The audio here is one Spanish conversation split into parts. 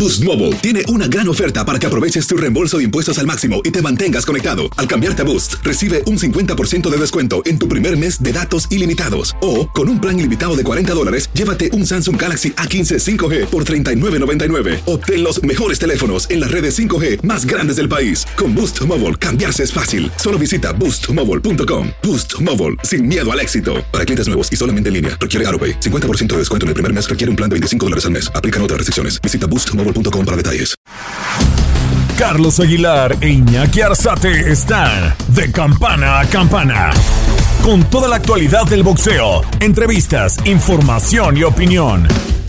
Boost Mobile tiene una gran oferta para que aproveches tu reembolso de impuestos al máximo y te mantengas conectado. Al cambiarte a Boost, recibe un 50% de descuento en tu primer mes de datos ilimitados. O, con un plan ilimitado de $40, llévate un Samsung Galaxy A15 5G por $39.99. Obtén los mejores teléfonos en las redes 5G más grandes del país. Con Boost Mobile, cambiarse es fácil. Solo visita boostmobile.com. Boost Mobile, sin miedo al éxito. Para clientes nuevos y solamente en línea, requiere AroPay. 50% de descuento en el primer mes requiere un plan de $25 al mes. Aplican otras restricciones. Visita boostmobile.com para detalles. Carlos Aguilar e Iñaki Arzate están de campana a campana, con toda la actualidad del boxeo, entrevistas, información y opinión.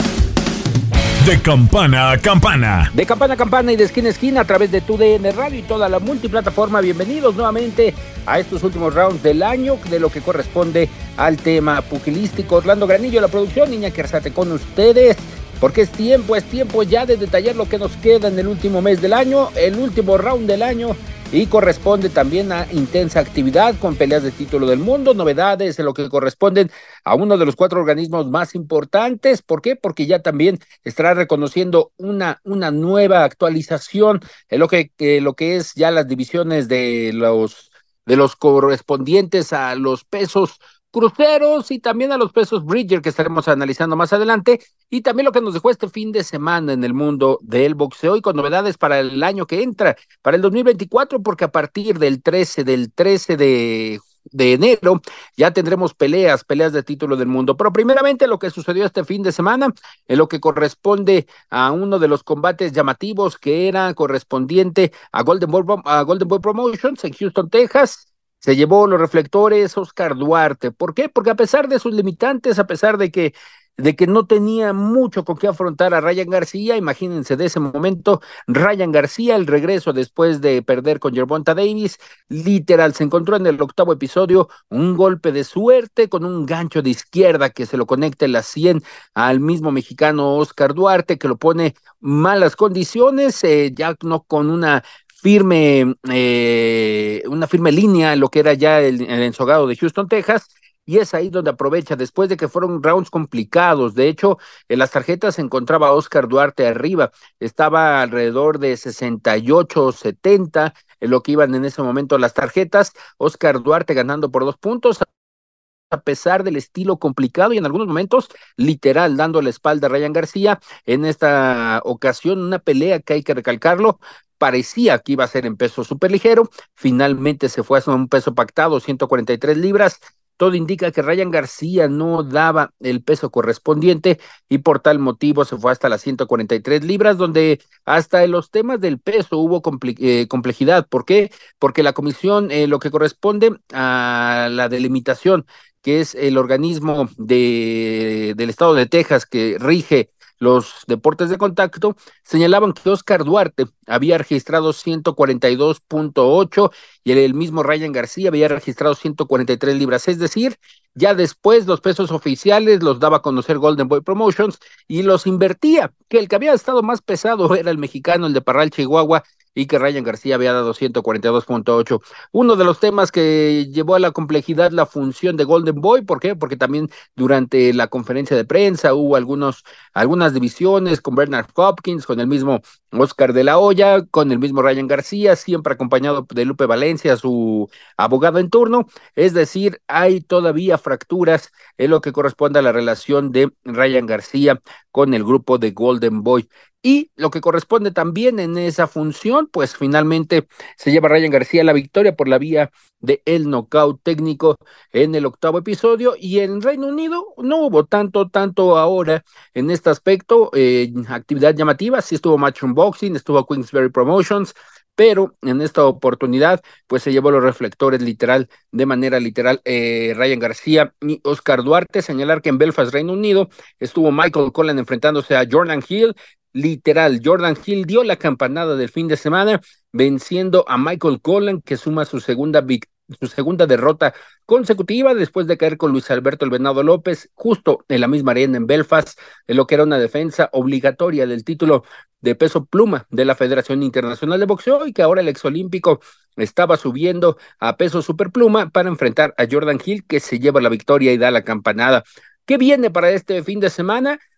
De campana a campana. De campana a campana y de esquina a esquina a través de TUDN Radio y toda la multiplataforma. Bienvenidos nuevamente a estos últimos rounds del año, de lo que corresponde al tema pugilístico. Orlando Granillo, la producción, Iñaki Arzate con ustedes. Porque es tiempo ya de detallar lo que nos queda en el último mes del año, el último round del año, y corresponde también a intensa actividad con peleas de título del mundo, novedades en lo que corresponden a uno de los 4 organismos más importantes. ¿Por qué? Porque ya también estará reconociendo una nueva actualización en lo que es ya las divisiones de los correspondientes a los pesos cruceros y también a los pesos Bridger, que estaremos analizando más adelante, y también lo que nos dejó este fin de semana en el mundo del boxeo y con novedades para el año que entra, para el 2024, porque a partir del 13 de enero ya tendremos peleas de título del mundo. Pero primeramente lo que sucedió este fin de semana en lo que corresponde a uno de los combates llamativos que era correspondiente a Golden Boy Promotions en Houston, Texas. Se llevó los reflectores Oscar Duarte. ¿Por qué? Porque a pesar de sus limitantes, a pesar de que no tenía mucho con qué afrontar a Ryan García, imagínense de ese momento, Ryan García, el regreso después de perder con Gervonta Davis, literal, se encontró en el 8º episodio un golpe de suerte con un gancho de izquierda que se lo conecta en la 100 al mismo mexicano Oscar Duarte, que lo pone malas condiciones, ya no con una firme línea en lo que era ya el ensogado de Houston, Texas, y es ahí donde aprovecha, después de que fueron rounds complicados. De hecho, en las tarjetas se encontraba Oscar Duarte arriba, estaba alrededor de 68-70, en lo que iban en ese momento las tarjetas, Oscar Duarte ganando por 2 puntos, a pesar del estilo complicado y en algunos momentos literal dando la espalda a Ryan García. En esta ocasión una pelea que hay que recalcarlo, parecía que iba a ser en peso superligero, finalmente se fue a un peso pactado, 143 libras, todo indica que Ryan García no daba el peso correspondiente y por tal motivo se fue hasta las 143 libras, donde hasta en los temas del peso hubo complejidad. ¿Por qué? Porque la comisión, lo que corresponde a la delimitación, que es el organismo del estado de Texas que rige los deportes de contacto, señalaban que Oscar Duarte había registrado 142.8 y el mismo Ryan García había registrado 143 libras, es decir, ya después los pesos oficiales los daba a conocer Golden Boy Promotions y los invertía, que el que había estado más pesado era el mexicano, el de Parral, Chihuahua, y que Ryan García había dado 142.8. Uno de los temas que llevó a la complejidad la función de Golden Boy, ¿por qué? Porque también durante la conferencia de prensa hubo algunas divisiones con Bernard Hopkins, con el mismo Oscar de la Hoya, con el mismo Ryan García, siempre acompañado de Lupe Valencia, su abogado en turno. Es decir, hay todavía fracturas en lo que corresponde a la relación de Ryan García con el grupo de Golden Boy. Y lo que corresponde también en esa función, pues finalmente se lleva Ryan García la victoria por la vía de el nocaut técnico en el 8º episodio. Y en Reino Unido no hubo tanto ahora en este aspecto, actividad llamativa. Sí estuvo Matchroom Boxing, estuvo Queensberry Promotions, pero en esta oportunidad pues se llevó los reflectores de manera literal, Ryan García y Oscar Duarte. Señalar que en Belfast, Reino Unido, estuvo Michael Collin enfrentándose a Jordan Hill. Literal, Jordan Hill dio la campanada del fin de semana, venciendo a Michael Collin, que suma su segunda derrota consecutiva después de caer con Luis Alberto El Venado López, justo en la misma arena en Belfast, en lo que era una defensa obligatoria del título de peso pluma de la Federación Internacional de Boxeo, y que ahora el exolímpico estaba subiendo a peso superpluma para enfrentar a Jordan Hill, que se lleva la victoria y da la campanada. ¿Qué viene para este fin de semana?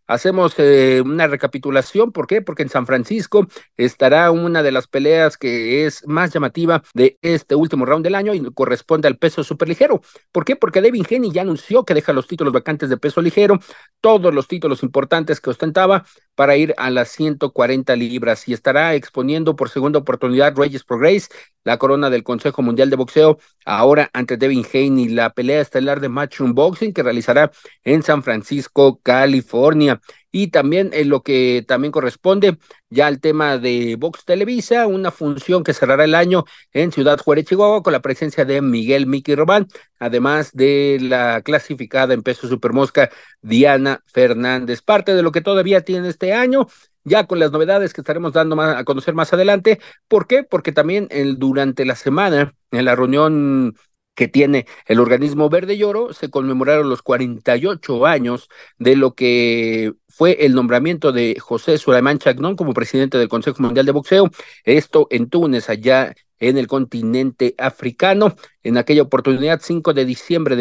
hacemos una recapitulación. ¿Por qué? Porque en San Francisco estará una de las peleas que es más llamativa de este último round del año y corresponde al peso superligero. ¿Por qué? Porque Devin Haney ya anunció que deja los títulos vacantes de peso ligero, todos los títulos importantes que ostentaba, para ir a las 140 libras y estará exponiendo por segunda oportunidad Regis Prograis la corona del Consejo Mundial de Boxeo, ahora ante Devin Haney, la pelea estelar de Matchroom Boxing que realizará en San Francisco, California. Y también en lo que también corresponde ya al tema de Box Televisa, una función que cerrará el año en Ciudad Juárez, Chihuahua, con la presencia de Miguel Mickey Robán, además de la clasificada en peso supermosca Diana Fernández. Parte de lo que todavía tiene este año, ya con las novedades que estaremos dando a conocer más adelante. ¿Por qué? Porque también durante la semana, en la reunión que tiene el organismo Verde y Oro, se conmemoraron los 48 años de lo que fue el nombramiento de José Sulaimán Chacnón como presidente del Consejo Mundial de Boxeo, esto en Túnez, allá en el continente africano, en aquella oportunidad, 5 de diciembre de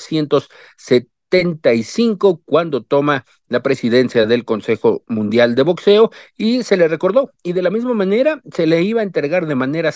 1975, cuando toma la presidencia del Consejo Mundial de Boxeo, y se le recordó, y de la misma manera se le iba a entregar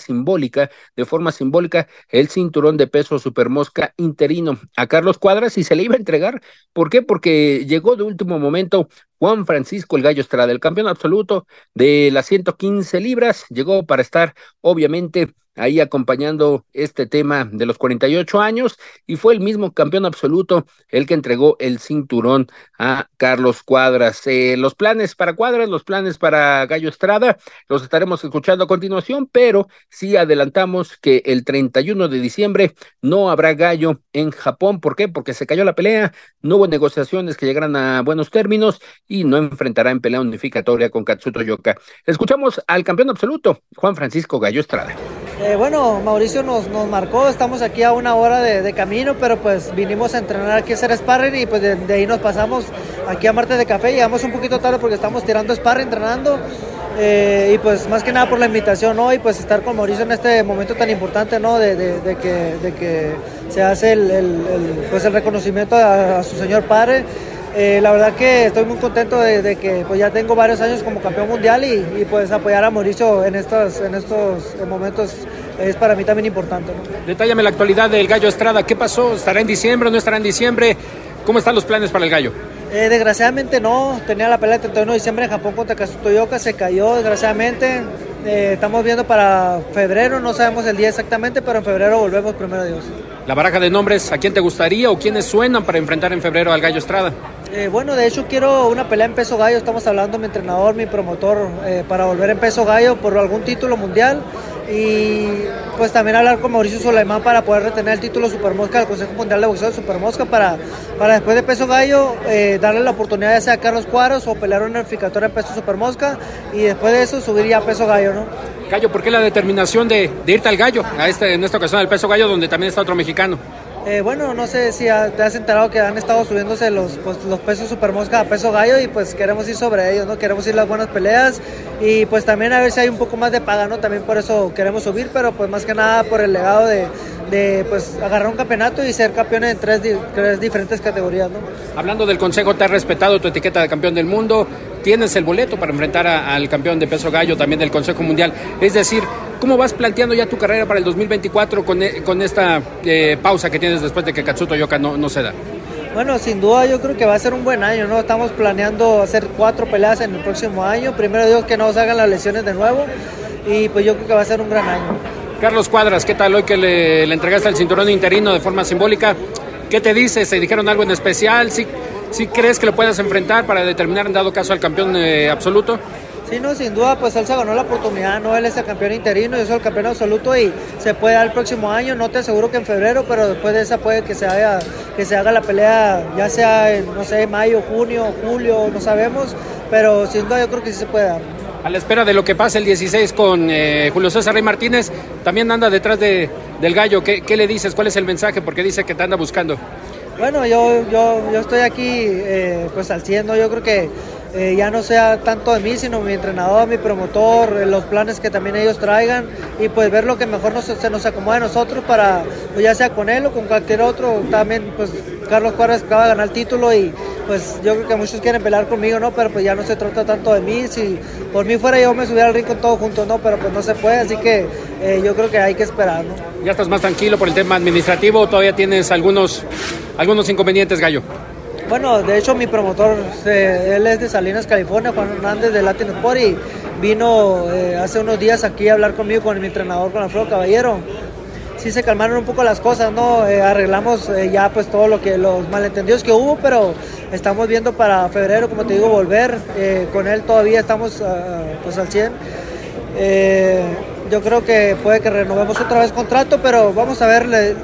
de forma simbólica, el cinturón de peso supermosca interino a Carlos Cuadras, y se le iba a entregar. ¿Por qué? Porque llegó de último momento Juan Francisco el Gallo Estrada, el campeón absoluto de las 115 libras, llegó para estar obviamente ahí acompañando este tema de los 48 años, y fue el mismo campeón absoluto el que entregó el cinturón a Carlos Cuadras. Los planes para Cuadras, los planes para Gallo Estrada, los estaremos escuchando a continuación, pero sí adelantamos que el 31 de diciembre no habrá Gallo en Japón. ¿Por qué? Porque se cayó la pelea, no hubo negociaciones que llegaran a buenos términos y no enfrentará en pelea unificatoria con Katsuto Yoka. Escuchamos al campeón absoluto, Juan Francisco Gallo Estrada. Bueno, Mauricio nos marcó, estamos aquí a una hora de camino, pero pues vinimos a entrenar aquí a hacer sparring y pues de ahí nos pasamos aquí a Marte de Café. Llegamos un poquito tarde porque estamos tirando sparring, entrenando, y pues más que nada por la invitación, ¿no? Y pues estar con Mauricio en este momento tan importante, ¿no? De que se hace el reconocimiento a su señor padre. La verdad que estoy muy contento de que pues ya tengo varios años como campeón mundial y pues apoyar a Mauricio en estos momentos es para mí también importante, ¿no? Detállame la actualidad del Gallo Estrada. ¿Qué pasó? ¿Estará en diciembre o no estará en diciembre? ¿Cómo están los planes para el Gallo? Desgraciadamente no, tenía la pelea el 31 de diciembre en Japón contra Kazuto Yoka, se cayó desgraciadamente. Estamos viendo para febrero, no sabemos el día exactamente, pero en febrero volvemos, primero Dios. La baraja de nombres, ¿a quién te gustaría o quiénes suenan para enfrentar en febrero al Gallo Estrada? Bueno, de hecho quiero una pelea en peso gallo, estamos hablando mi entrenador, mi promotor, para volver en peso gallo por algún título mundial, y pues también hablar con Mauricio Sulaimán para poder retener el título Supermosca del Consejo Mundial de Boxeo de Supermosca para después de peso gallo darle la oportunidad ya sea a Carlos Cuadras o pelear una unificatoria en peso Supermosca y después de eso subir ya a peso gallo, ¿no? Gallo, ¿por qué la determinación de irte al Gallo en esta ocasión al peso gallo donde también está otro mexicano? Bueno, no sé si te has enterado que han estado subiéndose los pesos supermosca a peso gallo y pues queremos ir sobre ellos, ¿no? Queremos ir las buenas peleas y pues también a ver si hay un poco más de paga, ¿no? También por eso queremos subir, pero pues más que nada por el legado de pues agarrar un campeonato y ser campeones en tres diferentes categorías, ¿no? Hablando del consejo, te has respetado tu etiqueta de campeón del mundo, tienes el boleto para enfrentar al campeón de peso gallo también del Consejo Mundial, es decir, ¿cómo vas planteando ya tu carrera para el 2024 con esta pausa que tienes después de que Katsuto Yoka no se da? Bueno, sin duda yo creo que va a ser un buen año, ¿no? Estamos planeando hacer 4 peleas en el próximo año, primero Dios que no salgan las lesiones de nuevo y pues yo creo que va a ser un gran año. Carlos Cuadras, ¿qué tal hoy que le entregaste el cinturón interino de forma simbólica? ¿Qué te dice? ¿Se dijeron algo en especial? ¿Sí crees que lo puedas enfrentar para determinar en dado caso al campeón absoluto? Sí, no, sin duda, pues él se ganó la oportunidad, ¿no? Él es el campeón interino, yo soy el campeón absoluto y se puede dar el próximo año, no te aseguro que en febrero, pero después de esa puede que se haga la pelea, ya sea en, no sé, mayo, junio, julio, no sabemos, pero sin duda yo creo que sí se puede dar. A la espera de lo que pase el 16 con Julio César Rey Martínez, también anda detrás del Gallo. ¿Qué le dices? ¿Cuál es el mensaje? Porque dice que te anda buscando. Bueno, yo estoy aquí pues al 100, ¿no? Yo creo que ya no sea tanto de mí, sino mi entrenador, mi promotor, los planes que también ellos traigan y pues ver lo que mejor se nos acomoda a nosotros para, pues ya sea con él o con cualquier otro. También pues Carlos Cuadras acaba de ganar el título y pues yo creo que muchos quieren pelear conmigo, ¿no? Pero pues ya no se trata tanto de mí. Si por mí fuera, yo me subiera al ring con todo junto, ¿no? Pero pues no se puede, así que yo creo que hay que esperar, ¿no? ¿Ya estás más tranquilo por el tema administrativo o todavía tienes algunos inconvenientes, Gallo? Bueno, de hecho mi promotor, él es de Salinas, California, Juan Hernández de Latin Sport, y vino hace unos días aquí a hablar conmigo, con mi entrenador, con Alfredo Caballero. Sí se calmaron un poco las cosas, ¿no? Arreglamos ya pues todo los malentendidos que hubo, pero estamos viendo para febrero, como te digo, volver. Con él todavía estamos pues al 100. Yo creo que puede que renovemos otra vez contrato, pero vamos a ver,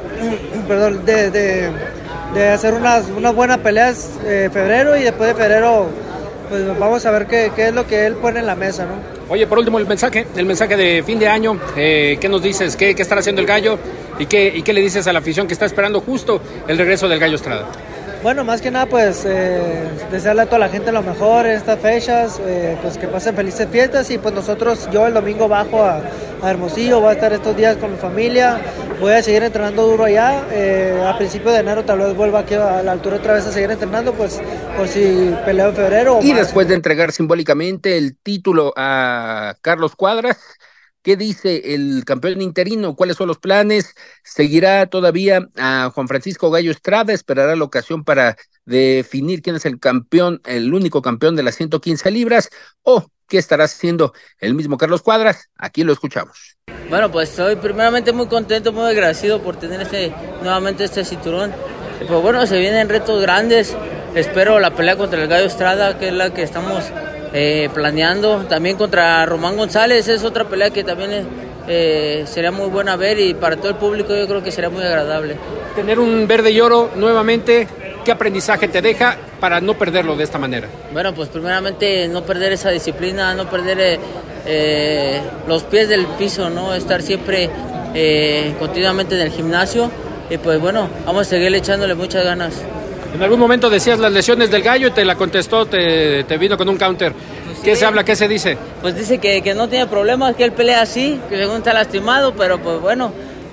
de hacer unas buenas peleas febrero, y después de febrero pues vamos a ver qué es lo que él pone en la mesa, ¿no? Oye, por último, el mensaje de fin de año, ¿qué nos dices? ¿Qué estará haciendo el Gallo? ¿Y qué le dices a la afición que está esperando justo el regreso del Gallo Estrada? Bueno, más que nada, pues desearle a toda la gente lo mejor en estas fechas, pues que pasen felices fiestas, y pues yo el domingo bajo a Hermosillo, voy a estar estos días con mi familia, voy a seguir entrenando duro allá, a principios de enero tal vez vuelva aquí a la altura otra vez a seguir entrenando, pues por si peleo en febrero o y más. Después de entregar simbólicamente el título a Carlos Cuadras, ¿qué dice el campeón interino? ¿Cuáles son los planes? ¿Seguirá todavía a Juan Francisco Gallo Estrada? ¿Esperará la ocasión para definir quién es el campeón, el único campeón de las 115 libras? ¿O qué estará haciendo el mismo Carlos Cuadras? Aquí lo escuchamos. Bueno, pues estoy primeramente muy contento, muy agradecido por tener nuevamente este cinturón. Pues bueno, se vienen retos grandes. Espero la pelea contra el Gallo Estrada, que es la que estamos planeando. También contra Román González, es otra pelea que también sería muy buena ver, y para todo el público yo creo que sería muy agradable. Tener un verde y oro nuevamente, ¿qué aprendizaje te deja para no perderlo de esta manera? Bueno, pues primeramente no perder esa disciplina, no perder los pies del piso, ¿no? Estar siempre continuamente en el gimnasio, y pues bueno, vamos a seguir echándole muchas ganas. En algún momento decías las lesiones del Gallo y te la contestó, te vino con un counter. Pues ¿qué se habla? ¿Qué se dice? Pues dice que no tiene problemas, que él pelea así, que según está lastimado, pero pues bueno,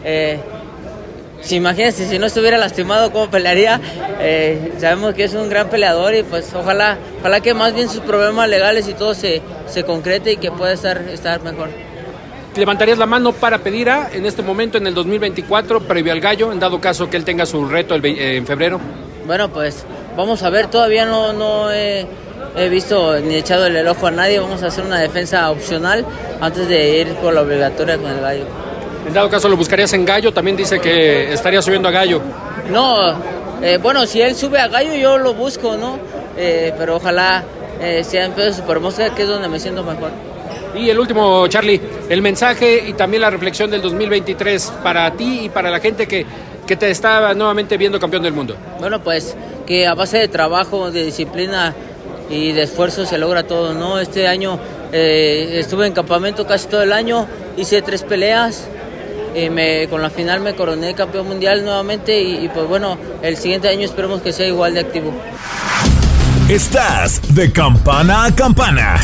si imagínense, si no estuviera lastimado, ¿cómo pelearía? Sabemos que es un gran peleador, y pues ojalá que más bien sus problemas legales y todo se concrete y que pueda estar mejor. ¿Levantarías la mano para pedir en este momento, en el 2024, previo al Gallo, en dado caso que él tenga su reto en febrero? Bueno, pues vamos a ver, todavía no he visto ni echado el ojo a nadie. Vamos a hacer una defensa opcional antes de ir por la obligatoria con el Gallo. En dado caso, ¿lo buscarías en Gallo? También dice que estaría subiendo a Gallo. No, bueno, si él sube a Gallo, yo lo busco, ¿no? Pero ojalá sea en peso supermosca, que es donde me siento mejor. Y el último, Charlie, el mensaje y también la reflexión del 2023 para ti y para la gente que te está nuevamente viendo campeón del mundo. Bueno, pues que a base de trabajo, de disciplina y de esfuerzo se logra todo, ¿no? Este año estuve en campamento casi todo el año, hice 3 peleas, con la final me coroné campeón mundial nuevamente, y pues bueno, el siguiente año esperemos que sea igual de activo. Estás de campana a campana.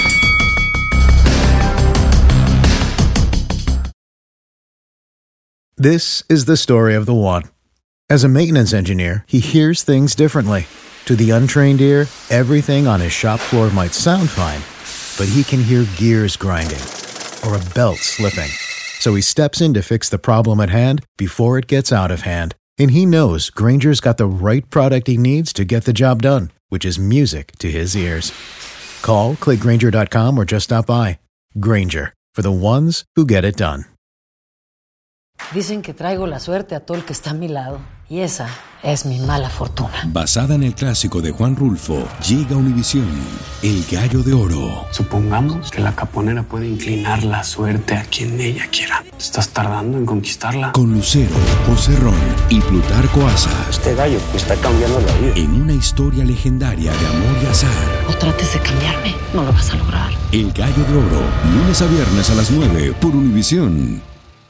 This is the story of the one. As a maintenance engineer, he hears things differently. To the untrained ear, everything on his shop floor might sound fine, but he can hear gears grinding or a belt slipping. So he steps in to fix the problem at hand before it gets out of hand. And he knows Grainger's got the right product he needs to get the job done, which is music to his ears. Call, click Grainger.com, or just stop by. Grainger, for the ones who get it done. Dicen que traigo la suerte a todo el que está a mi lado, y esa es mi mala fortuna. Basada en el clásico de Juan Rulfo, llega Univisión, El Gallo de Oro. Supongamos que la caponera puede inclinar la suerte a quien ella quiera. ¿Estás tardando en conquistarla? Con Lucero, José Ron y Plutarco Asa. Este gallo me está cambiando la vida. En una historia legendaria de amor y azar. No trates de cambiarme, no lo vas a lograr. El Gallo de Oro, lunes a viernes a las 9 por Univisión.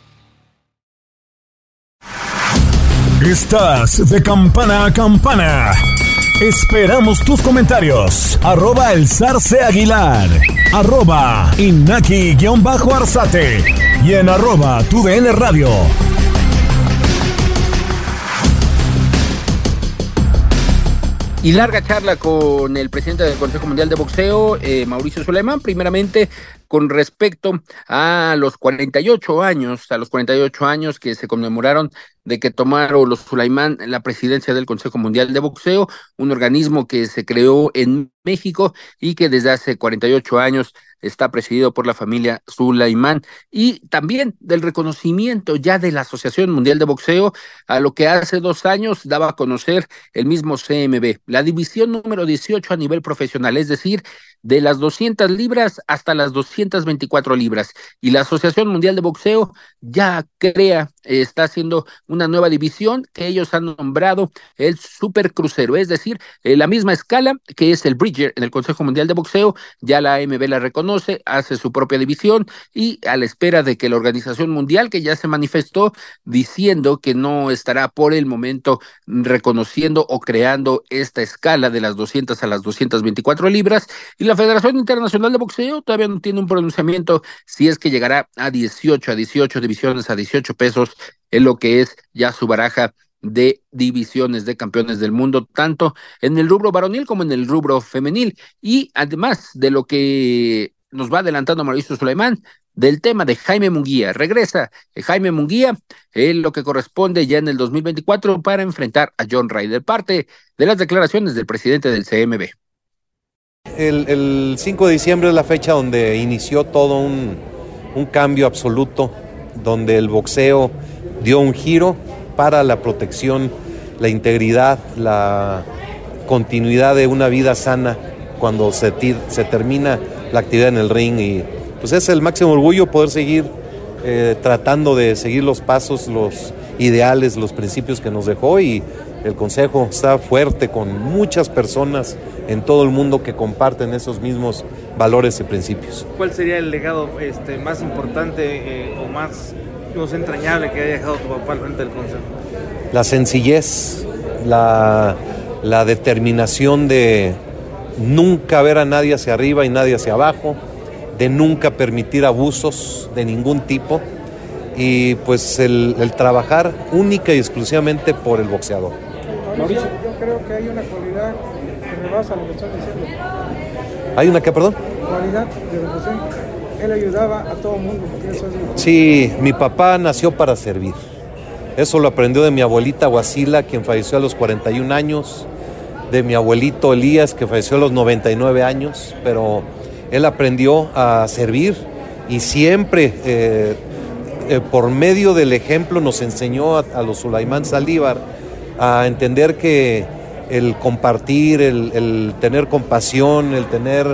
Estás de campana a campana. Esperamos tus comentarios. @elzarceaguilar, @Inaki_Arzate y en @TUDN Radio. Y larga charla con el presidente del Consejo Mundial de Boxeo, Mauricio Sulaimán, primeramente con respecto a los 48 años que se conmemoraron de que tomaron los Sulaimán la presidencia del Consejo Mundial de Boxeo, un organismo que se creó en México y que desde hace 48 años está presidido por la familia Sulaimán, y también del reconocimiento ya de la Asociación Mundial de Boxeo a lo que hace 2 años daba a conocer el mismo CMB, la división número 18 a nivel profesional, es decir, de las 200 libras hasta las 224 libras. Y la Asociación Mundial de Boxeo ya está haciendo una nueva división que ellos han nombrado el Super Crucero, es decir, la misma escala que es el Bridger en el Consejo Mundial de Boxeo, ya la AMB la reconoce, hace su propia división y a la espera de que la Organización Mundial, que ya se manifestó diciendo que no estará por el momento reconociendo o creando esta escala de las 200 a las 224 libras, y la Federación Internacional de Boxeo todavía no tiene un pronunciamiento si es que llegará a 18 divisiones, a 18 pesos, en lo que es ya su baraja de divisiones de campeones del mundo, tanto en el rubro varonil como en el rubro femenil. Y además de lo que nos va adelantando Mauricio Sulaimán, del tema de Jaime Munguía, regresa Jaime Munguía en lo que corresponde ya en el 2024 para enfrentar a John Ryder, parte de las declaraciones del presidente del CMB. El 5 de diciembre es la fecha donde inició todo un cambio absoluto, donde el boxeo dio un giro para la protección, la integridad, la continuidad de una vida sana cuando se termina la actividad en el ring, y pues es el máximo orgullo poder seguir tratando de seguir los pasos, los ideales, los principios que nos dejó, y el Consejo está fuerte con muchas personas en todo el mundo que comparten esos mismos valores y principios. ¿Cuál sería el legado más importante o más entrañable que haya dejado tu papá al frente del Consejo? La sencillez, la determinación de nunca ver a nadie hacia arriba y nadie hacia abajo, de nunca permitir abusos de ningún tipo, y pues el trabajar única y exclusivamente por el boxeador. Mauricio, yo creo que hay una cualidad que rebasa lo que estás diciendo. ¿Hay una qué, perdón? Cualidad de devoción. Él ayudaba a todo el mundo. Sí, mi papá nació para servir. Eso lo aprendió de mi abuelita Guasila, quien falleció a los 41 años, de mi abuelito Elías, que falleció a los 99 años, pero él aprendió a servir y siempre, por medio del ejemplo, nos enseñó a los Sulaimán Saldívar a entender que el compartir, el tener compasión, el tener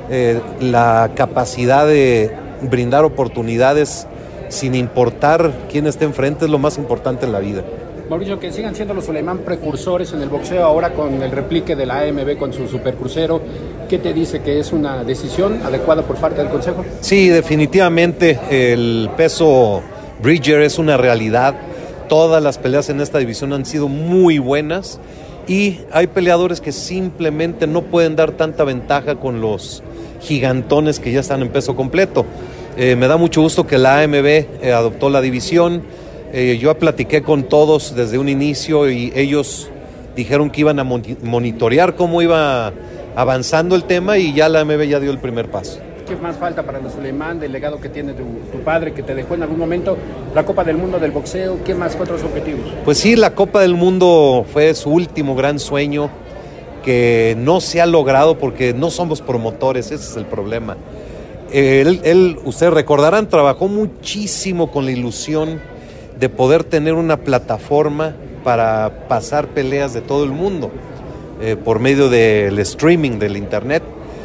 la capacidad de brindar oportunidades sin importar quién esté enfrente es lo más importante en la vida. Mauricio, que sigan siendo los Sulaimán precursores en el boxeo ahora con el replique de la AMB con su supercrucero. ¿Qué te dice que es una decisión adecuada por parte del Consejo? Sí, definitivamente el peso Bridger es una realidad. Todas las peleas en esta división han sido muy buenas y hay peleadores que simplemente no pueden dar tanta ventaja con los gigantones que ya están en peso completo. Me da mucho gusto que la AMB adoptó la división. Yo platiqué con todos desde un inicio y ellos dijeron que iban a monitorear cómo iba avanzando el tema, y ya la AMB ya dio el primer paso. ¿Qué más falta para los Sulaimán del legado que tiene tu padre, que te dejó en algún momento la Copa del Mundo del boxeo? ¿Qué más, otros objetivos? Pues sí, la Copa del Mundo fue su último gran sueño, que no se ha logrado porque no somos promotores, ese es el problema. Ustedes recordarán, trabajó muchísimo con la ilusión de poder tener una plataforma para pasar peleas de todo el mundo por medio del streaming, del internet.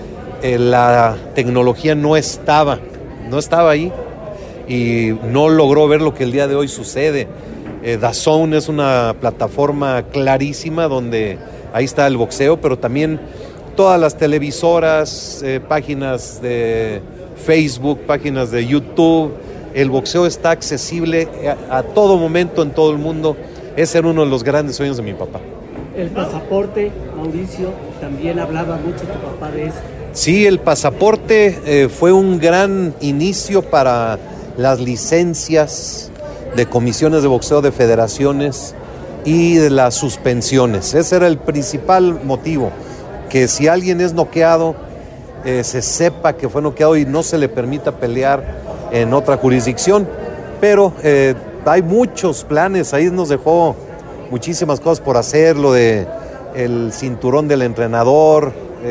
La tecnología no estaba ahí y no logró ver lo que el día de hoy sucede. DAZN es una plataforma clarísima donde ahí está el boxeo, pero también todas las televisoras, páginas de Facebook, páginas de YouTube. El boxeo está accesible a todo momento en todo el mundo. Ese era uno de los grandes sueños de mi papá. El pasaporte, Mauricio, también hablaba mucho tu papá de eso. Sí, el pasaporte fue un gran inicio para las licencias de comisiones de boxeo de federaciones. y de las suspensiones. Ese era el principal motivo, que si alguien es noqueado, se sepa que fue noqueado y no se le permita pelear en otra jurisdicción. Pero hay muchos planes, ahí nos dejó muchísimas cosas por hacer, lo de el cinturón del entrenador,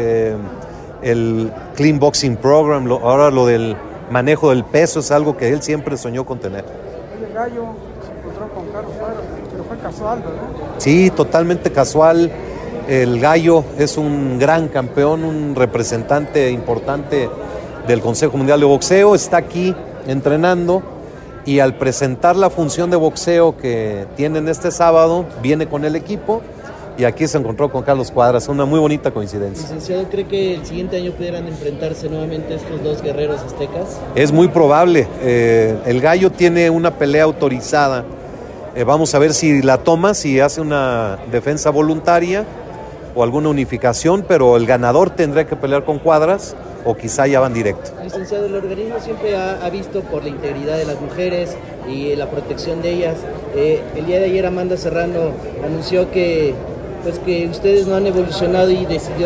el Clean Boxing Program, ahora lo del manejo del peso es algo que él siempre soñó con tener. El Gallo se encontró con Carlos Cuadras, pero fue casual, ¿verdad? Sí, totalmente casual. El Gallo es un gran campeón, un representante importante del Consejo Mundial de Boxeo, está aquí entrenando y al presentar la función de boxeo que tienen este sábado, viene con el equipo y aquí se encontró con Carlos Cuadras, una muy bonita coincidencia. Licenciado, ¿cree que el siguiente año pudieran enfrentarse nuevamente estos dos guerreros aztecas? Es muy probable. El Gallo tiene una pelea autorizada. Vamos a ver si la toma, si hace una defensa voluntaria o alguna unificación, pero el ganador tendrá que pelear con Cuadras o quizá ya van directo. Licenciado, el organismo siempre ha visto por la integridad de las mujeres y la protección de ellas. El día de ayer Amanda Serrano anunció que ustedes no han evolucionado y decidió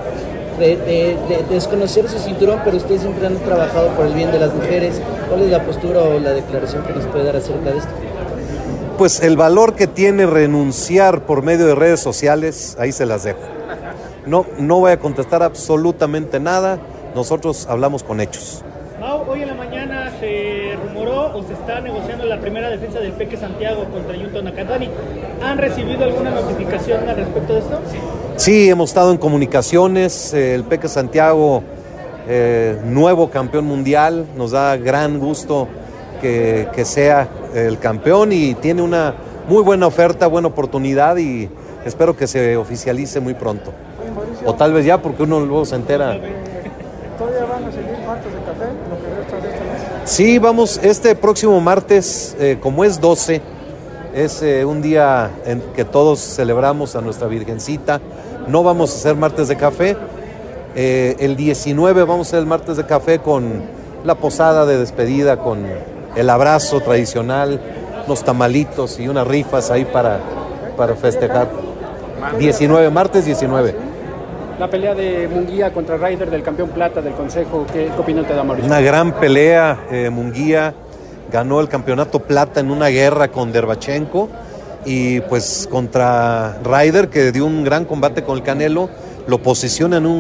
desconocer su cinturón, pero ustedes siempre han trabajado por el bien de las mujeres. ¿Cuál es la postura o la declaración que nos puede dar acerca de esto? Pues el valor que tiene renunciar por medio de redes sociales, ahí se las dejo. No voy a contestar absolutamente nada, nosotros hablamos con hechos. Mau, hoy en la mañana se rumoró o se está negociando la primera defensa del Peque Santiago contra Junto Nakatani. ¿Han recibido alguna notificación al respecto de esto? Sí, hemos estado en comunicaciones, el Peque Santiago, nuevo campeón mundial, nos da gran gusto que sea el campeón y tiene una muy buena oferta, buena oportunidad y espero que se oficialice muy pronto. O tal vez ya, porque uno luego se entera. ¿Todavía van a seguir martes de café? Lo que resta de este mes. Sí, vamos, este próximo martes, como es 12, es un día en que todos celebramos a nuestra Virgencita. No vamos a hacer martes de café. El 19 vamos a hacer el martes de café con la posada de despedida, con el abrazo tradicional, los tamalitos y unas rifas ahí para festejar. 19, martes 19. La pelea de Munguía contra Ryder del campeón plata del Consejo, ¿qué opinión te da, Mauricio? Una gran pelea. Munguía ganó el campeonato plata en una guerra con Derbachenko y pues contra Ryder, que dio un gran combate con el Canelo, lo posiciona en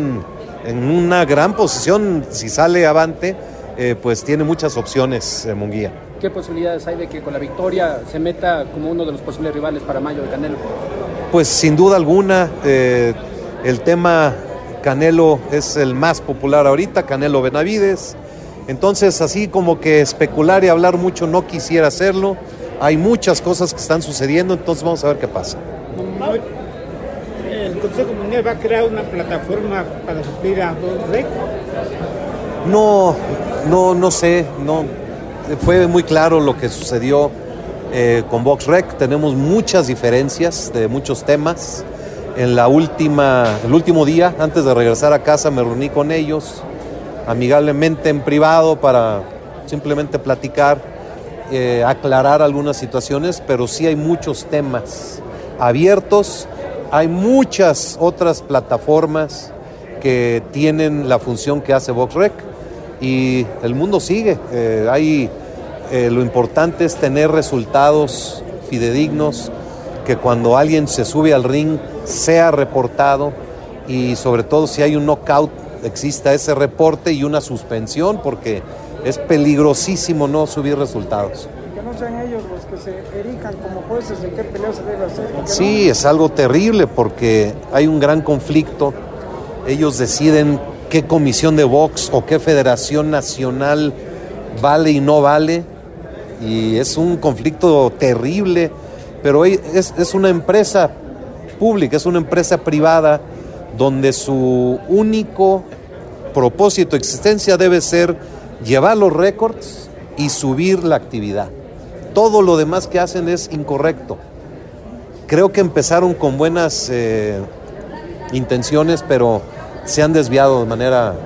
una gran posición. Si sale avante, pues tiene muchas opciones Munguía. ¿Qué posibilidades hay de que con la victoria se meta como uno de los posibles rivales para mayo de Canelo? Pues sin duda alguna, el tema Canelo es el más popular ahorita, Canelo Benavides. Entonces, así como que especular y hablar mucho no quisiera hacerlo. Hay muchas cosas que están sucediendo, entonces vamos a ver qué pasa. ¿El Consejo Mundial va a crear una plataforma para suplir a BoxRec? No sé, fue muy claro lo que sucedió con BoxRec. Tenemos muchas diferencias de muchos temas. El último día, antes de regresar a casa, me reuní con ellos amigablemente en privado para simplemente platicar, aclarar algunas situaciones, pero sí hay muchos temas abiertos. Hay muchas otras plataformas que tienen la función que hace BoxRec y el mundo sigue. Lo importante es tener resultados fidedignos, que cuando alguien se sube al ring sea reportado y sobre todo si hay un knockout exista ese reporte y una suspensión, porque es peligrosísimo no subir resultados. Que no sean ellos los que se erijan como jueces de qué pelea se debe hacer. Sí, es algo terrible porque hay un gran conflicto. Ellos deciden qué comisión de box o qué federación nacional vale y no vale, y es un conflicto terrible, pero es una empresa pública, es una empresa privada donde su único propósito, existencia debe ser llevar los récords y subir la actividad. Todo lo demás que hacen es incorrecto. Creo que empezaron con buenas intenciones, pero se han desviado de manera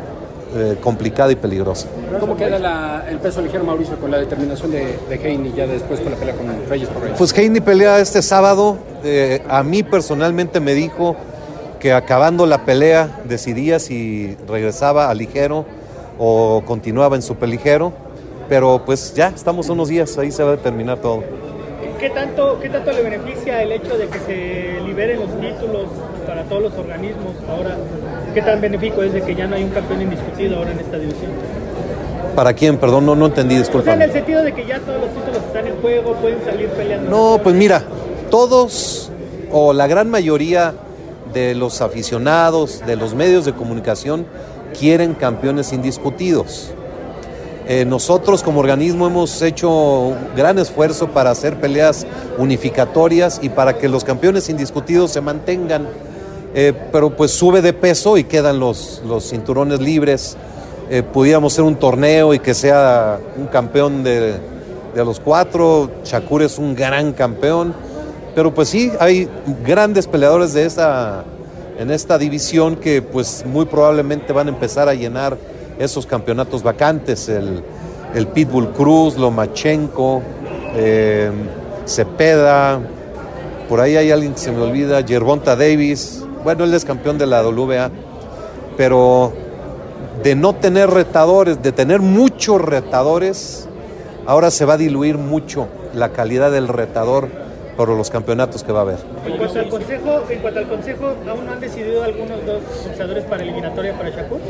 complicada y peligrosa. ¿Cómo queda el peso ligero, Mauricio, con la determinación de Haney ya después con la pelea con Reyes por Reyes? Pues Haney pelea este sábado. A mí personalmente me dijo que acabando la pelea decidía si regresaba a ligero o continuaba en superligero, pero pues ya estamos unos días, ahí se va a determinar todo. ¿Qué tanto le beneficia el hecho de que se liberen los títulos para todos los organismos ahora? ¿Qué tan benéfico es de que ya no hay un campeón indiscutido ahora en esta división? ¿Para quién? Perdón, no entendí, disculpa. O sea, en el sentido de que ya todos los títulos están en juego, pueden salir peleando. No, pues mira, todos o la gran mayoría de los aficionados, de los medios de comunicación, quieren campeones indiscutidos. Nosotros como organismo hemos hecho un gran esfuerzo para hacer peleas unificatorias y para que los campeones indiscutidos se mantengan, pero pues sube de peso y quedan los cinturones libres. Pudiéramos hacer un torneo y que sea un campeón de los 4. Shakur es un gran campeón, pero pues sí, hay grandes peleadores en esta división que pues muy probablemente van a empezar a llenar esos campeonatos vacantes, el Pitbull Cruz, Lomachenko, Cepeda, por ahí hay alguien que se me olvida, Gervonta Davis, bueno, él es campeón de la WBA, pero de no tener retadores, de tener muchos retadores, ahora se va a diluir mucho la calidad del retador por los campeonatos que va a haber. En cuanto al consejo, ¿aún no han decidido algunos dos boxeadores para eliminatoria para Shakur?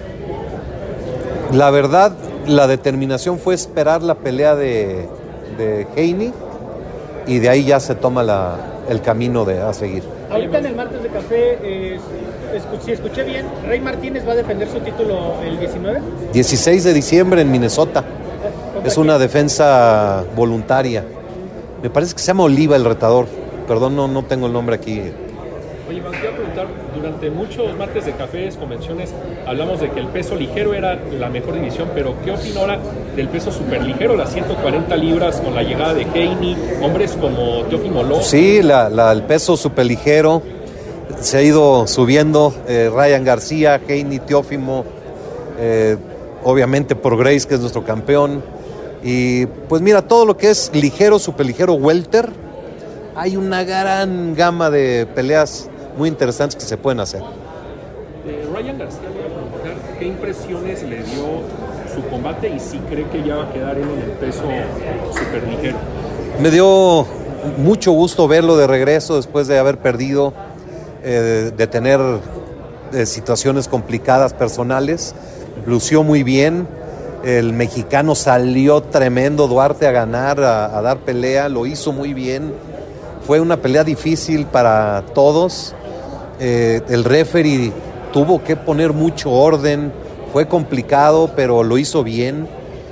La verdad, la determinación fue esperar la pelea de Haney y de ahí ya se toma el camino a seguir. Ahorita en el martes de café, si escuché bien, Rey Martínez va a defender su título el 19. 16 de diciembre en Minnesota. Es una defensa voluntaria. Me parece que se llama Oliva el retador. Perdón, no tengo el nombre aquí. Oye, Iván, te iba a preguntar, durante muchos martes de cafés, convenciones, hablamos de que el peso ligero era la mejor división, pero ¿qué opina ahora del peso superligero, las 140 libras con la llegada de Haney, hombres como Teófimo López? Sí, el peso superligero se ha ido subiendo, Ryan García, Haney, Teófimo, obviamente por Grace, que es nuestro campeón, y pues mira, todo lo que es ligero, superligero, welter, hay una gran gama de peleas muy interesantes que se pueden hacer. Ryan García, voy a preguntar, ¿qué impresiones le dio su combate y si cree que ya va a quedar en el peso superligero? Me dio mucho gusto verlo de regreso después de haber perdido, de tener situaciones complicadas personales. Lució muy bien, el mexicano salió tremendo, Duarte, a ganar, a dar pelea, lo hizo muy bien. Fue una pelea difícil para todos. El referee tuvo que poner mucho orden. Fue complicado, pero lo hizo bien.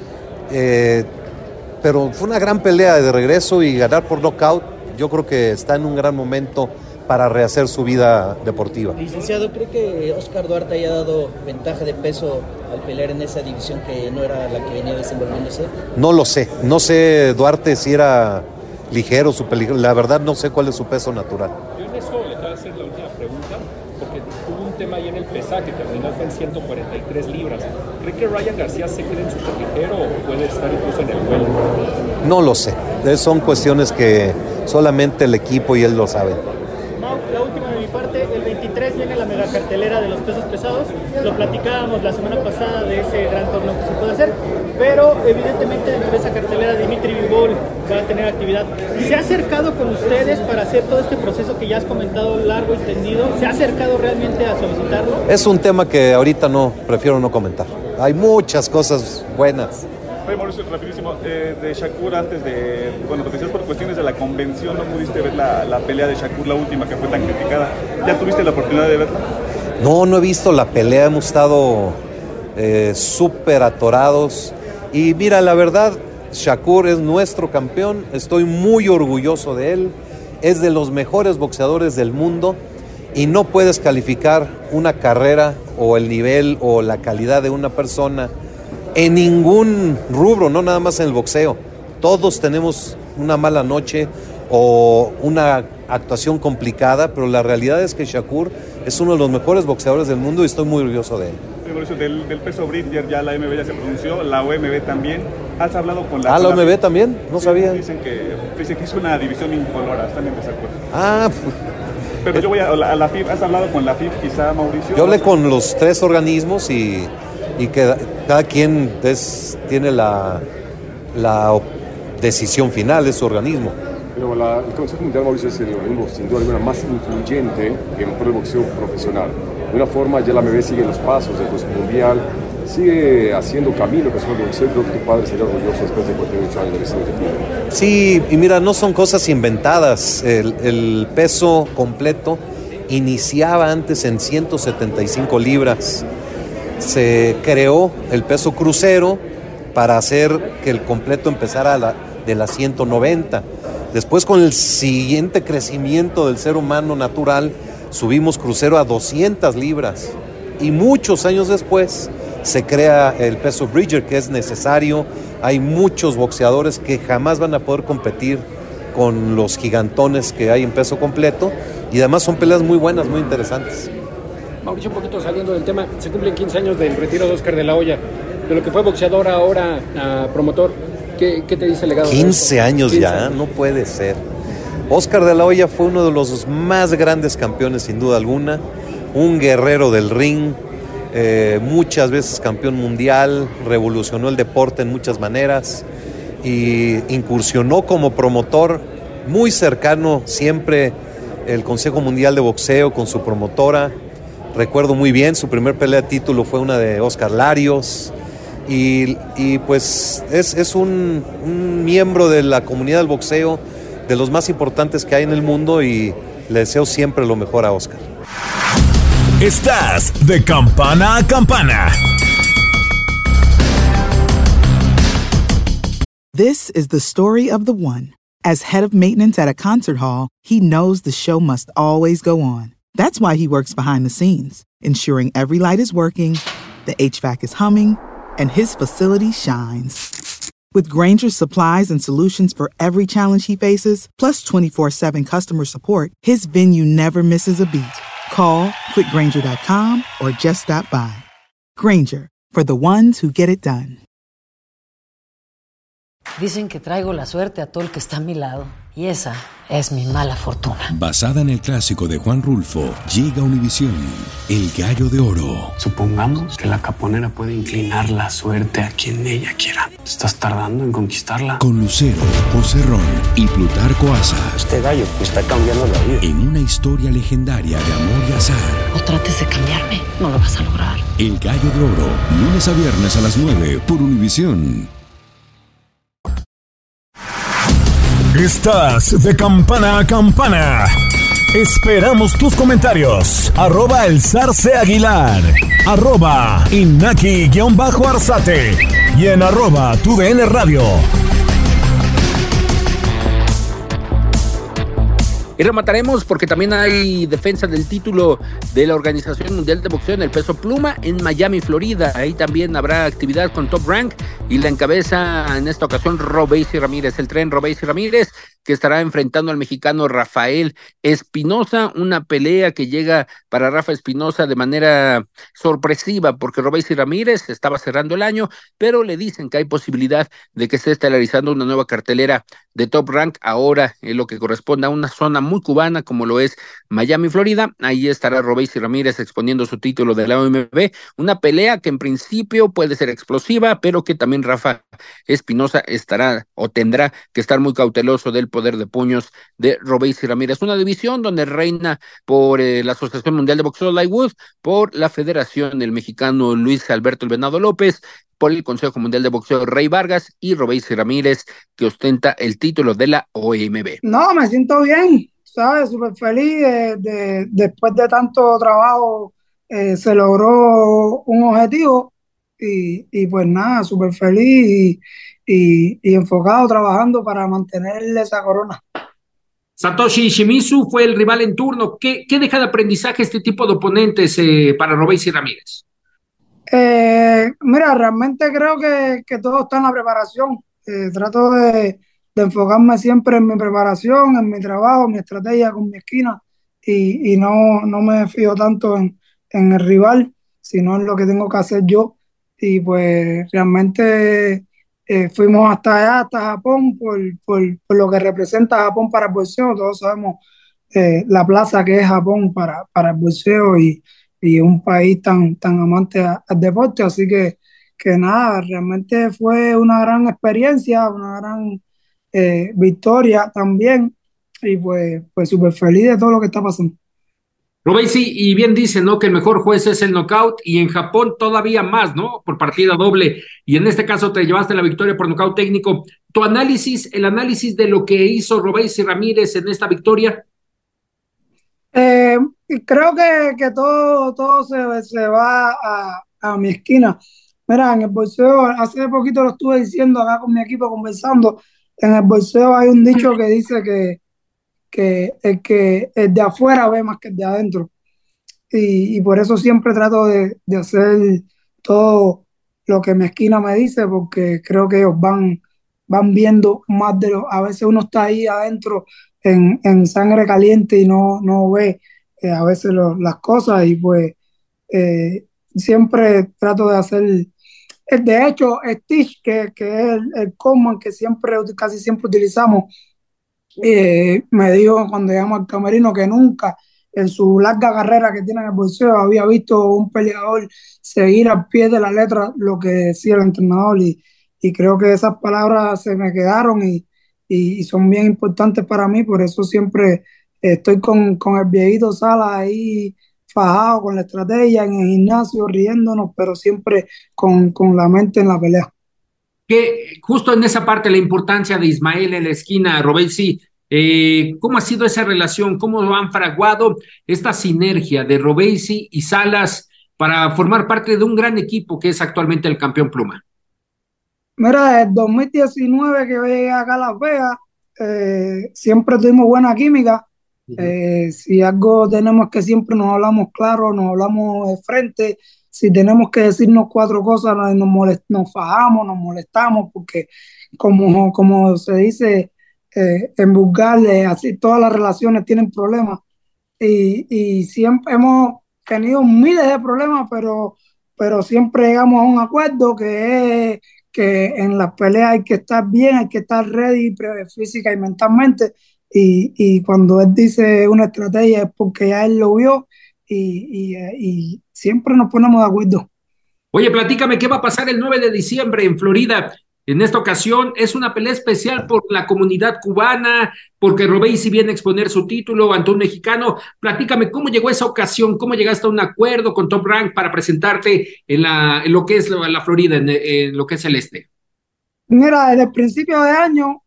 Pero fue una gran pelea de regreso y ganar por nocaut. Yo creo que está en un gran momento para rehacer su vida deportiva. Licenciado, ¿cree que Oscar Duarte haya dado ventaja de peso al pelear en esa división que no era la que venía desenvolviéndose? No lo sé. No sé, Duarte, si era ligero, superligero. La verdad no sé cuál es su peso natural. Yo en eso le voy a hacer la última pregunta, porque hubo un tema ahí en el pesaje que terminó fue en 143 libras. ¿Cree que Ryan García se quede en superligero o puede estar incluso en el vuelo? No lo sé. Son cuestiones que solamente el equipo y él lo saben. La última de mi parte, el 23 viene la mega cartelera de los pesos pesados. Lo platicábamos la semana pasada de ese gran torneo que se puede hacer, pero evidentemente dentro de esa cartelera Dimitri Bivol va a tener actividad. ¿Se ha acercado con ustedes para hacer todo este proceso que ya has comentado largo y tendido? ¿Se ha acercado realmente a solicitarlo? Es un tema que ahorita prefiero no comentar. Hay muchas cosas buenas. Oye, Mauricio, rapidísimo, de Shakur antes de, bueno, lo que decías por cuestiones de la convención, no pudiste ver la pelea de Shakur, la última que fue tan criticada. ¿Ya tuviste la oportunidad de verla? No he visto la pelea, hemos estado súper atorados. Y mira, la verdad, Shakur es nuestro campeón, estoy muy orgulloso de él, es de los mejores boxeadores del mundo y no puedes calificar una carrera o el nivel o la calidad de una persona en ningún rubro, no nada más en el boxeo. Todos tenemos una mala noche o una actuación complicada, pero la realidad es que Shakur es uno de los mejores boxeadores del mundo y estoy muy orgulloso de él. Mauricio, del peso Bridger, ya la AMB ya se pronunció, la OMB también. ¿Has hablado con la... ¿La OMB también? No sabía. Dicen que es una división incolora, están en desacuerdo. Pues... Pero yo voy a la FIF, ¿has hablado con la FIF quizá, Mauricio? Yo hablé con los 3 organismos y que cada quien tiene la decisión final de su organismo. Pero el Consejo Mundial, Mauricio, es el organismo sin duda alguna más influyente en el boxeo profesional. De una forma, ya la AMB sigue los pasos del Consejo Mundial, sigue haciendo camino que es el boxeo. Creo que tu padre sería orgulloso después de 48 años de ser retiro. Sí, y mira, no son cosas inventadas. El peso completo iniciaba antes en 175 libras. Se creó el peso crucero para hacer que el completo empezara de las 190. Después, con el siguiente crecimiento del ser humano natural, subimos crucero a 200 libras. Y muchos años después se crea el peso Bridger, que es necesario. Hay muchos boxeadores que jamás van a poder competir con los gigantones que hay en peso completo. Y además son peleas muy buenas, muy interesantes. Mauricio, un poquito saliendo del tema, se cumplen 15 años del retiro de Oscar de la Hoya, de lo que fue boxeador ahora promotor. ¿Qué te dice el legado? 15 años 15 ya, años. No puede ser. Oscar de la Hoya fue uno de los más grandes campeones, sin duda alguna, un guerrero del ring, muchas veces campeón mundial, revolucionó el deporte en muchas maneras y incursionó como promotor muy cercano siempre el Consejo Mundial de Boxeo con su promotora. Recuerdo muy bien, su primer pelea de título fue una de Oscar Larios. Y pues es un miembro de la comunidad del boxeo, de los más importantes que hay en el mundo, y le deseo siempre lo mejor a Oscar. Estás de campana a campana. This is the story of the one. As head of maintenance at a concert hall, he knows the show must always go on. That's why he works behind the scenes, ensuring every light is working, the HVAC is humming, and his facility shines. With Grainger's supplies and solutions for every challenge he faces, plus 24/7 customer support, his venue never misses a beat. Call quickgrainger.com or just stop by. Grainger, for the ones who get it done. Dicen que traigo la suerte a todo el que está a mi lado, y esa es mi mala fortuna. Basada en el clásico de Juan Rulfo, llega Univisión, El Gallo de Oro. Supongamos que la caponera puede inclinar la suerte a quien ella quiera. ¿Estás tardando en conquistarla? Con Lucero, José Ron y Plutarco Asa. Este gallo está cambiando la vida. En una historia legendaria de amor y azar. No trates de cambiarme, no lo vas a lograr. El Gallo de Oro, lunes a viernes a las 9 por Univisión. Estás de campana a campana. Esperamos tus comentarios. @El Zarce Aguilar. @Inaki_Arzate. Y en @TUDN Radio. Y remataremos porque también hay defensa del título de la Organización Mundial de Boxeo en el peso pluma en Miami, Florida. Ahí también habrá actividad con Top Rank y la encabeza en esta ocasión Robeisy Ramírez, el tren Robeisy Ramírez, que estará enfrentando al mexicano Rafael Espinosa, una pelea que llega para Rafa Espinosa de manera sorpresiva porque Robeisy Ramírez estaba cerrando el año, pero le dicen que hay posibilidad de que esté estelarizando una nueva cartelera de Top Rank ahora en lo que corresponde a una zona muy cubana como lo es Miami, Florida. Ahí estará Robeisy Ramírez exponiendo su título de la OMB, una pelea que en principio puede ser explosiva, pero que también Rafa Espinosa estará o tendrá que estar muy cauteloso del poder de puños de Robeisy Ramírez. Una división donde reina por la Asociación Mundial de Boxeo Lightweight, por la Federación del mexicano Luis Alberto El Venado López, por el Consejo Mundial de Boxeo Rey Vargas y Robeisy Ramírez, que ostenta el título de la OMB. No, me siento bien, ¿sabes? Súper feliz. Después de tanto trabajo se logró un objetivo y pues nada, súper feliz y enfocado trabajando para mantener esa corona. Satoshi Shimizu fue el rival en turno. ¿Qué deja de aprendizaje este tipo de oponentes para Robeisy Ramírez? Mira, realmente creo que todo está en la preparación. Trato de enfocarme siempre en mi preparación, en mi trabajo, mi estrategia con mi esquina y no me fío tanto en el rival. sino en lo que tengo que hacer yo. Y pues realmente fuimos hasta allá, hasta Japón, por lo que representa Japón para el boxeo. Todos sabemos la plaza que es Japón para el boxeo y un país tan amante al deporte. Así que nada, realmente fue una gran experiencia, una gran victoria también. Y pues súper feliz de todo lo que está pasando. Robesi, y bien dice, ¿no? Que el mejor juez es el knockout y en Japón todavía más, ¿no? Por partida doble. Y en este caso te llevaste la victoria por nocaut técnico. Tu análisis, el análisis de lo que hizo Robesi Ramírez en esta victoria. Y creo que todo se va a mi esquina. Mira, en el boxeo, hace poquito lo estuve diciendo acá con mi equipo conversando. En el boxeo hay un dicho que dice que el de afuera ve más que el de adentro. Y por eso siempre trato de hacer todo lo que mi esquina me dice, porque creo que ellos van viendo más de lo. A veces uno está ahí adentro en sangre caliente y no ve a veces las cosas, y pues siempre trato de hacer. De hecho, Stitch, que es el command que casi siempre utilizamos, me dijo cuando llegamos al camerino que nunca en su larga carrera que tiene en el boxeo había visto un peleador seguir al pie de la letra lo que decía el entrenador, y creo que esas palabras se me quedaron y son bien importantes para mí. Por eso siempre estoy con el viejito Sala ahí fajado con la estrategia en el gimnasio, riéndonos, pero siempre con la mente en la pelea. Que justo en esa parte la importancia de Ismael en la esquina, Robesi, ¿cómo ha sido esa relación? ¿Cómo lo han fraguado esta sinergia de Robesi y Salas para formar parte de un gran equipo que es actualmente el campeón pluma? Mira, el 2019 que yo llegué acá a Las Vegas, siempre tuvimos buena química. Si algo tenemos que siempre nos hablamos claro, nos hablamos de frente. Si tenemos que decirnos cuatro cosas, nos fajamos, nos molestamos, porque como se dice en vulgar, así todas las relaciones tienen problemas. Y siempre hemos tenido miles de problemas, pero siempre llegamos a un acuerdo que es que en las peleas hay que estar bien, hay que estar ready física y mentalmente. Y cuando él dice una estrategia es porque ya él lo vio y siempre nos ponemos de acuerdo. Oye, platícame, ¿qué va a pasar el 9 de diciembre en Florida? En esta ocasión es una pelea especial por la comunidad cubana, porque Robesi viene a exponer su título ante un mexicano. Platícame, ¿cómo llegó esa ocasión? ¿Cómo llegaste a un acuerdo con Top Rank para presentarte en lo que es la Florida, en lo que es el este? Mira, desde el principio de año,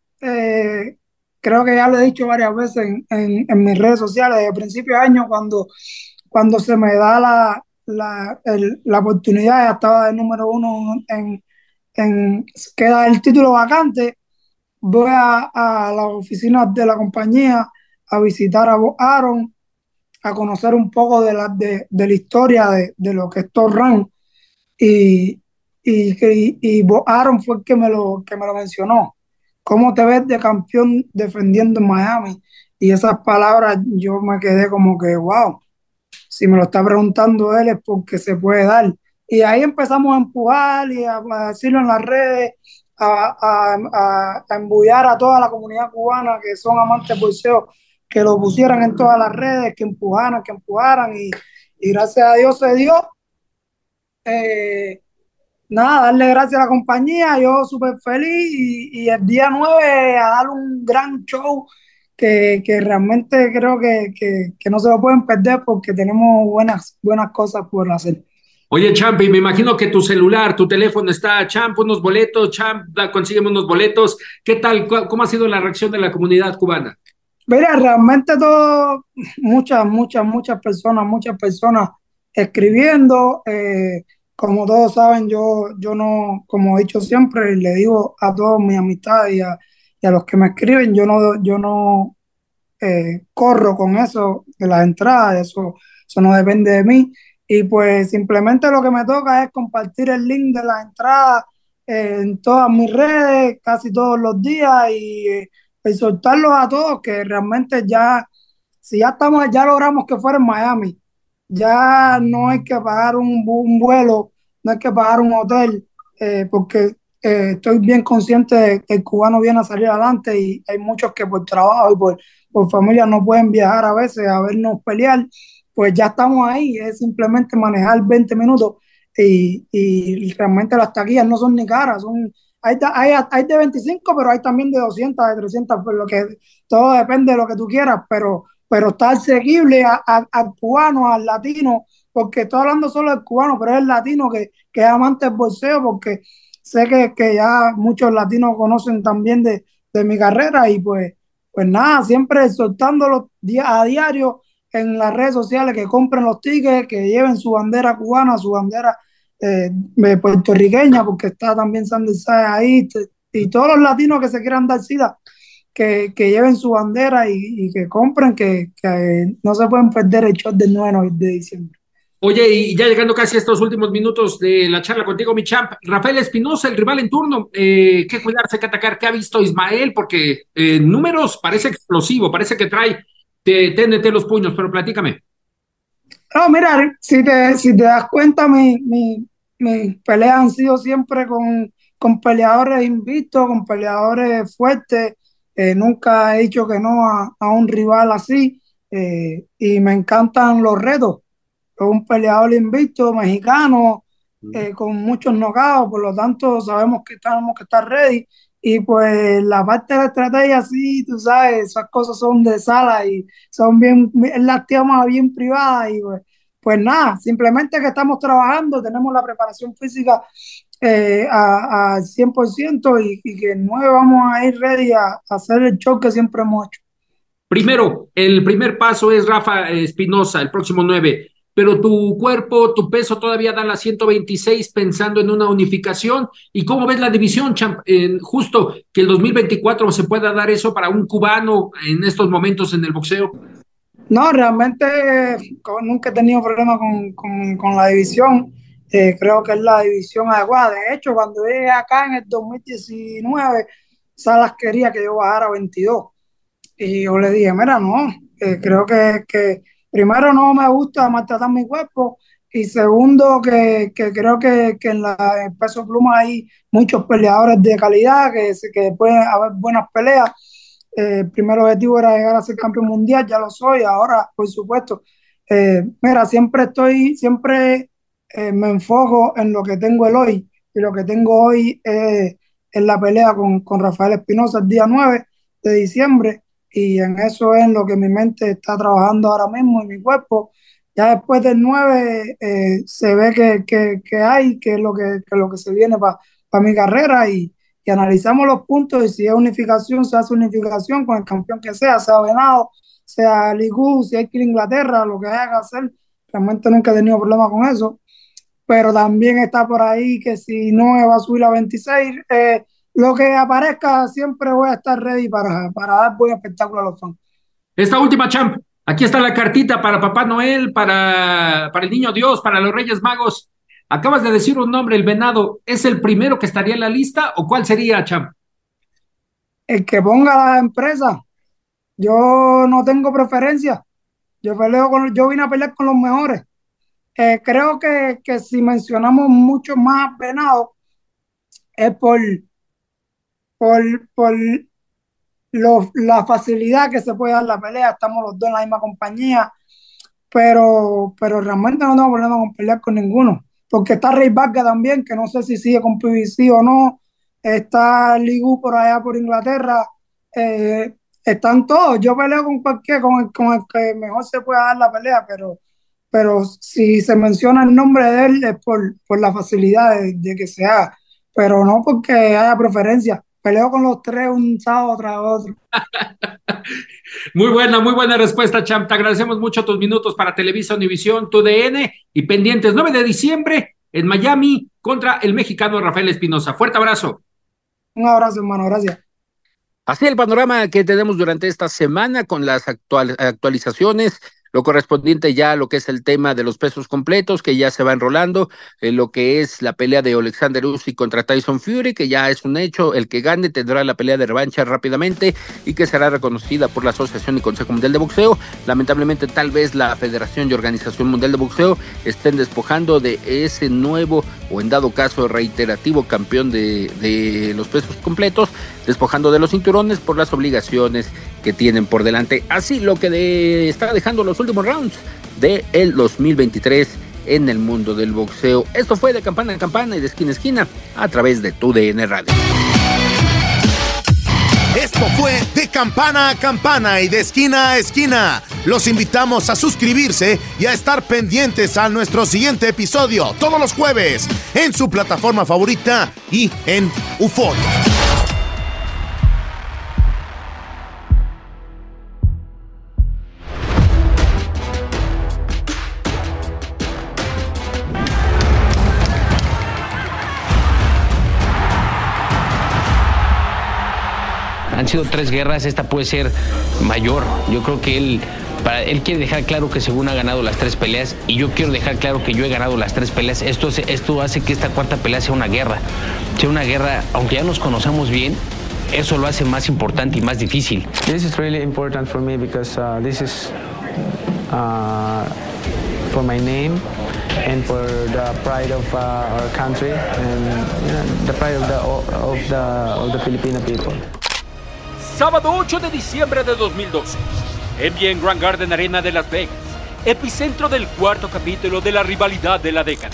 creo que ya lo he dicho varias veces en mis redes sociales, desde el principio de año, cuando se me da la oportunidad, ya estaba de número uno queda el título vacante, voy a la oficina de la compañía a visitar a Aaron, a conocer un poco de la historia de lo que es Top Rank, y Aaron fue el que me lo mencionó. ¿Cómo te ves de campeón defendiendo en Miami? Y esas palabras yo me quedé como que, wow, si me lo está preguntando él es porque se puede dar. Y ahí empezamos a empujar y a decirlo en las redes, a embullar a toda la comunidad cubana que son amantes del boxeo, que lo pusieran en todas las redes, que empujaran, y gracias a Dios se dio. Nada, darle gracias a la compañía, yo súper feliz, y el día 9 a dar un gran show que realmente creo que no se lo pueden perder porque tenemos buenas cosas por hacer. Oye, Champ, y me imagino que tu celular, tu teléfono está, Champ, unos boletos, Champ, consígueme unos boletos. ¿Qué tal? ¿Cómo ha sido la reacción de la comunidad cubana? Mira, realmente muchas personas escribiendo. Como todos saben, yo no, como he dicho siempre, le digo a todas mis amistades y a los que me escriben, yo no corro con eso de las entradas, eso no depende de mí. Y pues simplemente lo que me toca es compartir el link de las entradas en todas mis redes, casi todos los días, y exhortarlos a todos que realmente si ya logramos que fuera en Miami, ya no hay que pagar un vuelo, no hay que pagar un hotel, porque estoy bien consciente de que el cubano viene a salir adelante y hay muchos que por trabajo y por familia no pueden viajar a veces a vernos pelear, pues ya estamos ahí, es simplemente manejar 20 minutos y realmente las taquillas no son ni caras, hay de 25, pero hay también de 200, de 300, por lo que todo depende de lo que tú quieras, pero está asequible al cubano, al latino, porque estoy hablando solo del cubano, pero es el latino que es amante del boxeo, porque sé que ya muchos latinos conocen también de mi carrera y pues nada, siempre soltándolo a diario en las redes sociales, que compren los tickets, que lleven su bandera cubana, su bandera puertorriqueña, porque está también Sandy Sáenz ahí, y todos los latinos que se quieran dar cita, que lleven su bandera y que compren, que no se pueden perder el show del 9 de diciembre. Oye, y ya llegando casi a estos últimos minutos de la charla contigo, mi champ, Rafael Espinosa, el rival en turno, ¿qué cuidarse, qué atacar? ¿Qué ha visto Ismael? Porque números parece explosivo, parece que trae TNT los puños, pero platícame. No, mira, si te das cuenta, mis peleas han sido siempre con peleadores invictos, con peleadores fuertes. Nunca he dicho que no a un rival así. Y me encantan los retos. Es un peleador invicto, mexicano, con muchos knockouts, por lo tanto sabemos que tenemos que estar ready. Y pues la parte de la estrategia, sí, tú sabes, esas cosas son de sala y son es la tema bien privada. Y pues nada, simplemente que estamos trabajando, tenemos la preparación física al 100% y que el 9 vamos a ir ready a hacer el show que siempre hemos hecho. Primero, el primer paso es Rafa Espinosa, el próximo 9, pero tu cuerpo, tu peso todavía da la 126 pensando en una unificación. ¿Y cómo ves la división, champ? Justo que el 2024 se pueda dar eso para un cubano en estos momentos en el boxeo. No, realmente nunca he tenido problema con la división. Creo que es la división adecuada. De hecho, cuando llegué acá en el 2019, Salas quería que yo bajara a 22. Y yo le dije, mira, no, creo que primero no me gusta maltratar mi cuerpo y segundo que creo que en el peso pluma hay muchos peleadores de calidad, que pueden haber buenas peleas. El primer objetivo era llegar a ser campeón mundial, ya lo soy, ahora por supuesto. Mira, siempre me enfoco en lo que tengo el hoy y lo que tengo hoy es la pelea con Rafael Espinosa el día 9 de diciembre y en eso es en lo que mi mente está trabajando ahora mismo y mi cuerpo. Ya después del 9 se ve que hay, que es lo que se viene para mi carrera y analizamos los puntos y si es unificación, se hace unificación con el campeón que sea Venado, sea Ligú, si hay que ir a Inglaterra, lo que haya que hacer. Realmente nunca he tenido problema con eso. Pero también está por ahí que si no va a subir a 26, lo que aparezca siempre voy a estar ready para dar buen espectáculo a los fans. Esta última, champ, aquí está la cartita para Papá Noel, para el Niño Dios, para los Reyes Magos. Acabas de decir un nombre, el Venado. ¿Es el primero que estaría en la lista o cuál sería, champ? El que ponga la empresa. Yo no tengo preferencia. Yo vine a pelear con los mejores. Creo que si mencionamos mucho más Venado es por la facilidad que se puede dar la pelea. Estamos los dos en la misma compañía, pero realmente no tengo problema con pelear con ninguno. Porque está Rey Vargas también, que no sé si sigue con PBC o no. Está Ligú por allá por Inglaterra. Están todos. Yo peleo con cualquiera, con el que mejor se pueda dar la pelea, pero si se menciona el nombre de él es por la facilidad de que se haga, pero no porque haya preferencia. Peleo con los tres un sábado tras otro. Muy buena respuesta, champ. Te agradecemos mucho tus minutos para Televisa Univisión, tu DN y pendientes 9 de diciembre en Miami contra el mexicano Rafael Espinosa. Fuerte abrazo. Un abrazo, hermano. Gracias. Así el panorama que tenemos durante esta semana con las actualizaciones lo correspondiente ya a lo que es el tema de los pesos completos, que ya se va enrolando, lo que es la pelea de Alexander Usyk contra Tyson Fury, que ya es un hecho, el que gane tendrá la pelea de revancha rápidamente y que será reconocida por la Asociación y Consejo Mundial de Boxeo. Lamentablemente, tal vez la Federación y Organización Mundial de Boxeo estén despojando de ese nuevo, o en dado caso reiterativo, campeón de los pesos completos, despojando de los cinturones por las obligaciones que tienen por delante. Así lo que está dejando los últimos rounds del 2023 en el mundo del boxeo. Esto fue de campana a campana y de esquina a esquina a través de TUDN Radio. Esto fue de campana a campana y de esquina a esquina. Los invitamos a suscribirse y a estar pendientes a nuestro siguiente episodio todos los jueves en su plataforma favorita y en Euforia. Han sido 3 guerras, esta puede ser mayor. Yo creo que él quiere dejar claro que según ha ganado las 3 peleas y yo quiero dejar claro que yo he ganado las 3 peleas. Esto hace que esta cuarta pelea sea una guerra, aunque ya nos conocemos bien. Eso lo hace más importante y más difícil. This is really important for me because this is for my name and for the pride of our country and the pride of the Filipino people. Sábado 8 de diciembre de 2012, en Grand Garden Arena de Las Vegas, epicentro del 4º capítulo de la rivalidad de la década.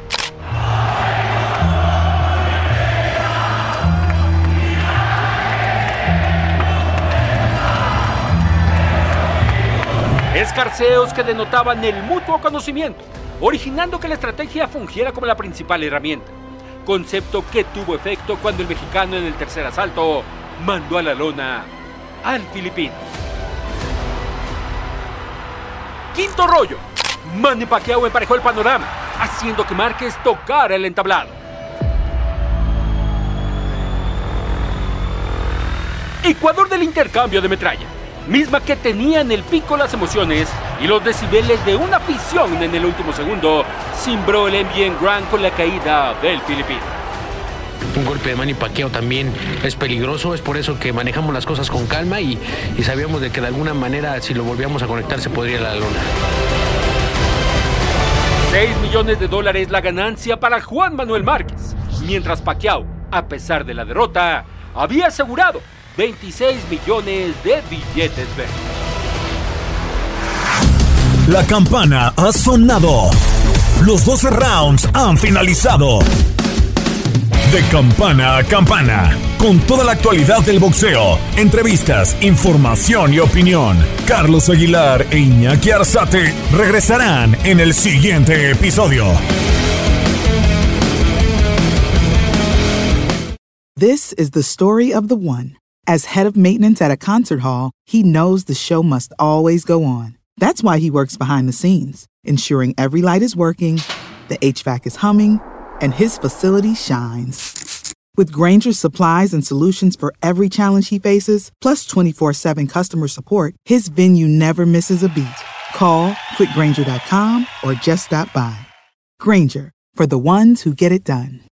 Escarceos que denotaban el mutuo conocimiento, originando que la estrategia fungiera como la principal herramienta, concepto que tuvo efecto cuando el mexicano en el tercer asalto mandó a la lona al filipino. Quinto rollo, Manny Pacquiao emparejó el panorama, haciendo que Márquez tocara el entablado. Ecuador del intercambio de metralla, misma que tenía en el pico las emociones y los decibeles de una afición en el último segundo, cimbró el MGM Grand con la caída del filipino. Un golpe de Manny Pacquiao también es peligroso, es por eso que manejamos las cosas con calma y sabíamos de que de alguna manera si lo volvíamos a conectar se podría ir a la lona. $6 millones la ganancia para Juan Manuel Márquez, mientras Pacquiao, a pesar de la derrota, había asegurado 26 millones de billetes verdes. La campana ha sonado. Los 12 rounds han finalizado. De campana a campana, con toda la actualidad del boxeo, entrevistas, información y opinión. Carlos Aguilar e Iñaki Arzate regresarán en el siguiente episodio. This is the story of the one. As head of maintenance at a concert hall, he knows the show must always go on. That's why he works behind the scenes, ensuring every light is working, the HVAC is humming, and his facility shines. With Grainger's supplies and solutions for every challenge he faces, plus 24/7 customer support, his venue never misses a beat. Call quickgrainger.com or just stop by. Grainger, for the ones who get it done.